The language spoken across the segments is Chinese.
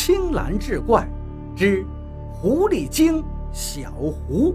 青蓝志怪之狐狸精小狐。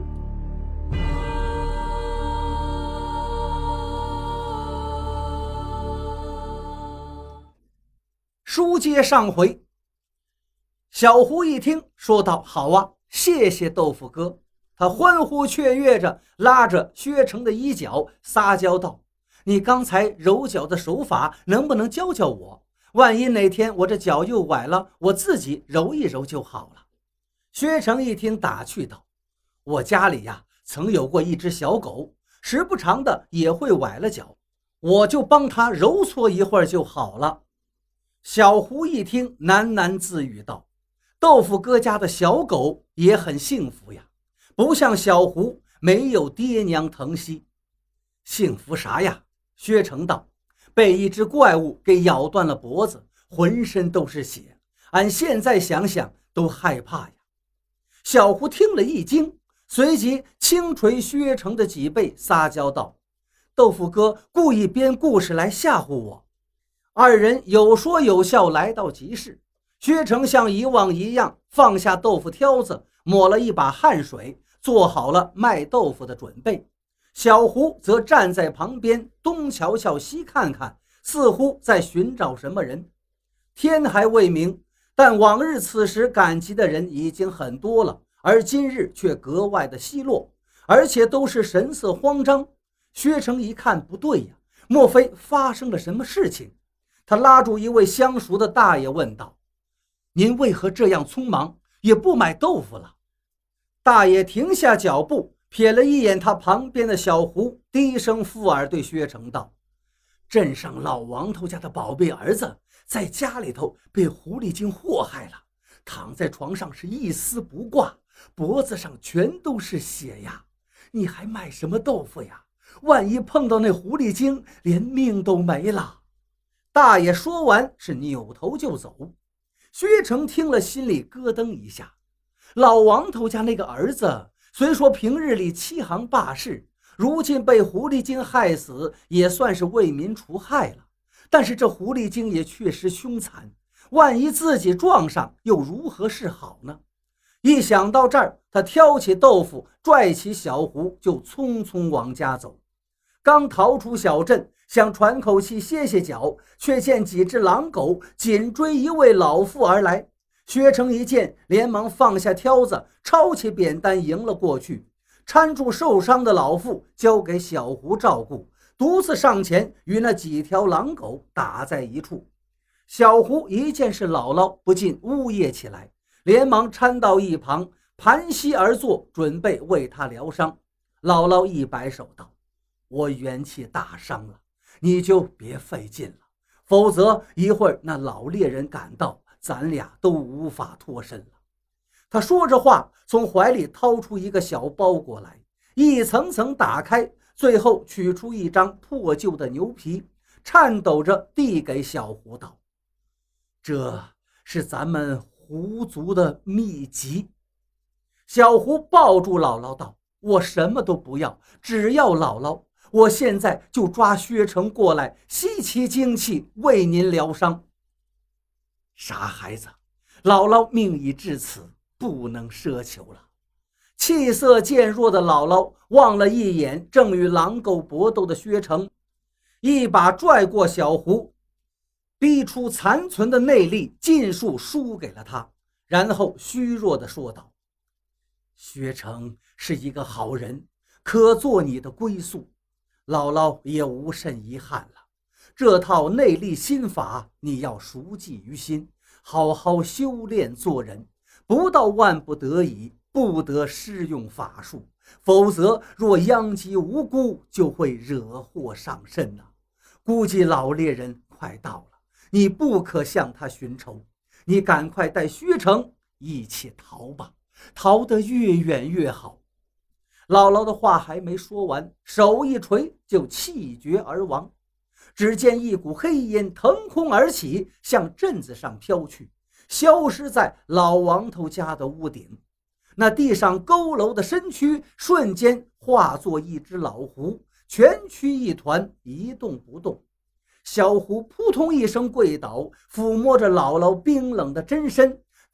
书接上回，小狐一听说道：“好啊，谢谢豆腐哥。”他欢呼雀跃着拉着薛成的衣角撒娇道：“你刚才揉脚的手法能不能教教我？万一哪天我这脚又崴了，我自己揉一揉就好了。”薛成一听打趣道：“我家里呀，曾有过一只小狗，时不常的也会崴了脚，我就帮它揉搓一会儿就好了。”小狐一听喃喃自语道：“豆腐哥家的小狗也很幸福呀，不像小狐没有爹娘疼惜。”“幸福啥呀？”薛成道：“被一只怪物给咬断了脖子，浑身都是血，俺现在想想都害怕呀。”小狐听了一惊，随即轻捶薛成的脊背撒娇道：“豆腐哥故意编故事来吓唬我。”二人有说有笑来到集市，薛成像以往一样放下豆腐挑子，抹了一把汗水，做好了卖豆腐的准备。小狐则站在旁边东瞧瞧西看看，似乎在寻找什么人。天还未明，但往日此时赶集的人已经很多了，而今日却格外的稀落，而且都是神色慌张。薛成一看不对呀，莫非发生了什么事情？他拉住一位相熟的大爷问道：“您为何这样匆忙，也不买豆腐了？”大爷停下脚步，瞥了一眼他旁边的小狐，低声附耳对薛成道：“镇上老王头家的宝贝儿子在家里头被狐狸精祸害了，躺在床上是一丝不挂，脖子上全都是血呀！你还卖什么豆腐呀？万一碰到那狐狸精，连命都没了。”大爷说完是扭头就走。薛成听了心里咯噔一下，老王头家那个儿子虽说平日里欺行霸市，如今被狐狸精害死，也算是为民除害了，但是这狐狸精也确实凶残，万一自己撞上又如何是好呢？一想到这儿，他挑起豆腐拽起小狐就匆匆往家走。刚逃出小镇，想喘口气歇歇脚，却见几只狼狗紧追一位老妇而来。薛成一见，连忙放下挑子，抄起扁担迎了过去，搀住受伤的老妇交给小狐照顾，独自上前与那几条狼狗打在一处。小狐一见是姥姥，不禁呜咽起来，连忙搀到一旁，盘膝而坐，准备为他疗伤。姥姥一摆手道：“我元气大伤了，你就别费劲了，否则一会儿那老猎人赶到，咱俩都无法脱身了。”他说着话，从怀里掏出一个小包裹来，一层层打开，最后取出一张破旧的牛皮，颤抖着递给小狐道：“这是咱们狐族的秘籍。”小狐抱住姥姥道：“我什么都不要，只要姥姥，我现在就抓薛成过来，吸其精气，为您疗伤。”“傻孩子，姥姥命已至此，不能奢求了。”气色渐弱的姥姥望了一眼正与狼狗搏斗的薛成，一把拽过小狐，逼出残存的内力，尽数输给了他，然后虚弱地说道：“薛成是一个好人，可做你的归宿，姥姥也无甚遗憾了。这套内力心法你要熟记于心，好好修炼做人，不到万不得已，不得施用法术，否则若殃及无辜，就会惹祸上身了。估计老猎人快到了，你不可向他寻仇，你赶快带薛成一起逃吧，逃得越远越好。”姥姥的话还没说完，手一锤就气绝而亡。只见一股黑烟腾空而起，向镇子上飘去，消失在老王头家的屋顶。那地上佝偻的身躯瞬间化作一只老狐，全躯一团，一动不动。小狐扑通一声跪倒，抚摸着姥姥冰冷的真身，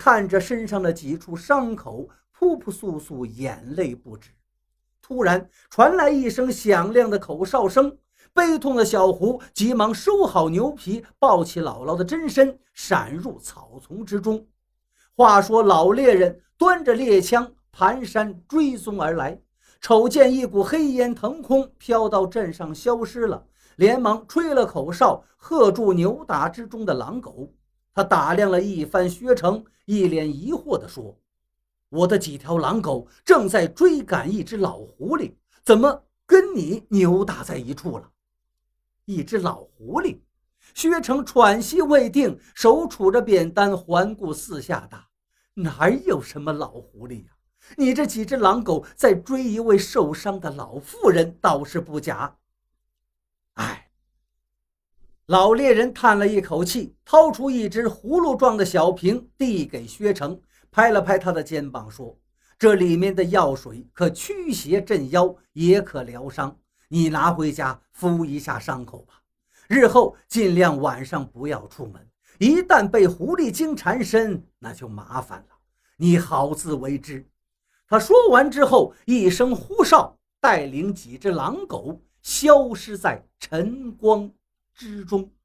看着身上的几处伤口，扑扑簌簌，眼泪不止。突然传来一声响亮的口哨声，悲痛的小胡急忙收好牛皮，抱起姥姥的真身，闪入草丛之中。话说老猎人端着猎枪蹒跚追踪而来，瞅见一股黑烟腾空飘到镇上消失了，连忙吹了口哨，喝住扭打之中的狼狗。他打量了一番薛成，一脸疑惑地说：我的几条狼狗正在追赶一只老狐狸，怎么跟你扭打在一处了？一只老狐狸？薛成喘息未定，手杵着扁担，环顾四下道：哪有什么老狐狸呀？你这几只狼狗在追一位受伤的老妇人，倒是不假。哎，老猎人叹了一口气，掏出一只葫芦状的小瓶，递给薛成，拍了拍他的肩膀，说：这里面的药水可驱邪镇妖，也可疗伤，你拿回家敷一下伤口吧。日后尽量晚上不要出门，一旦被狐狸精缠身，那就麻烦了，你好自为之。他说完之后，一声呼哨，带领几只狼狗消失在晨光之中。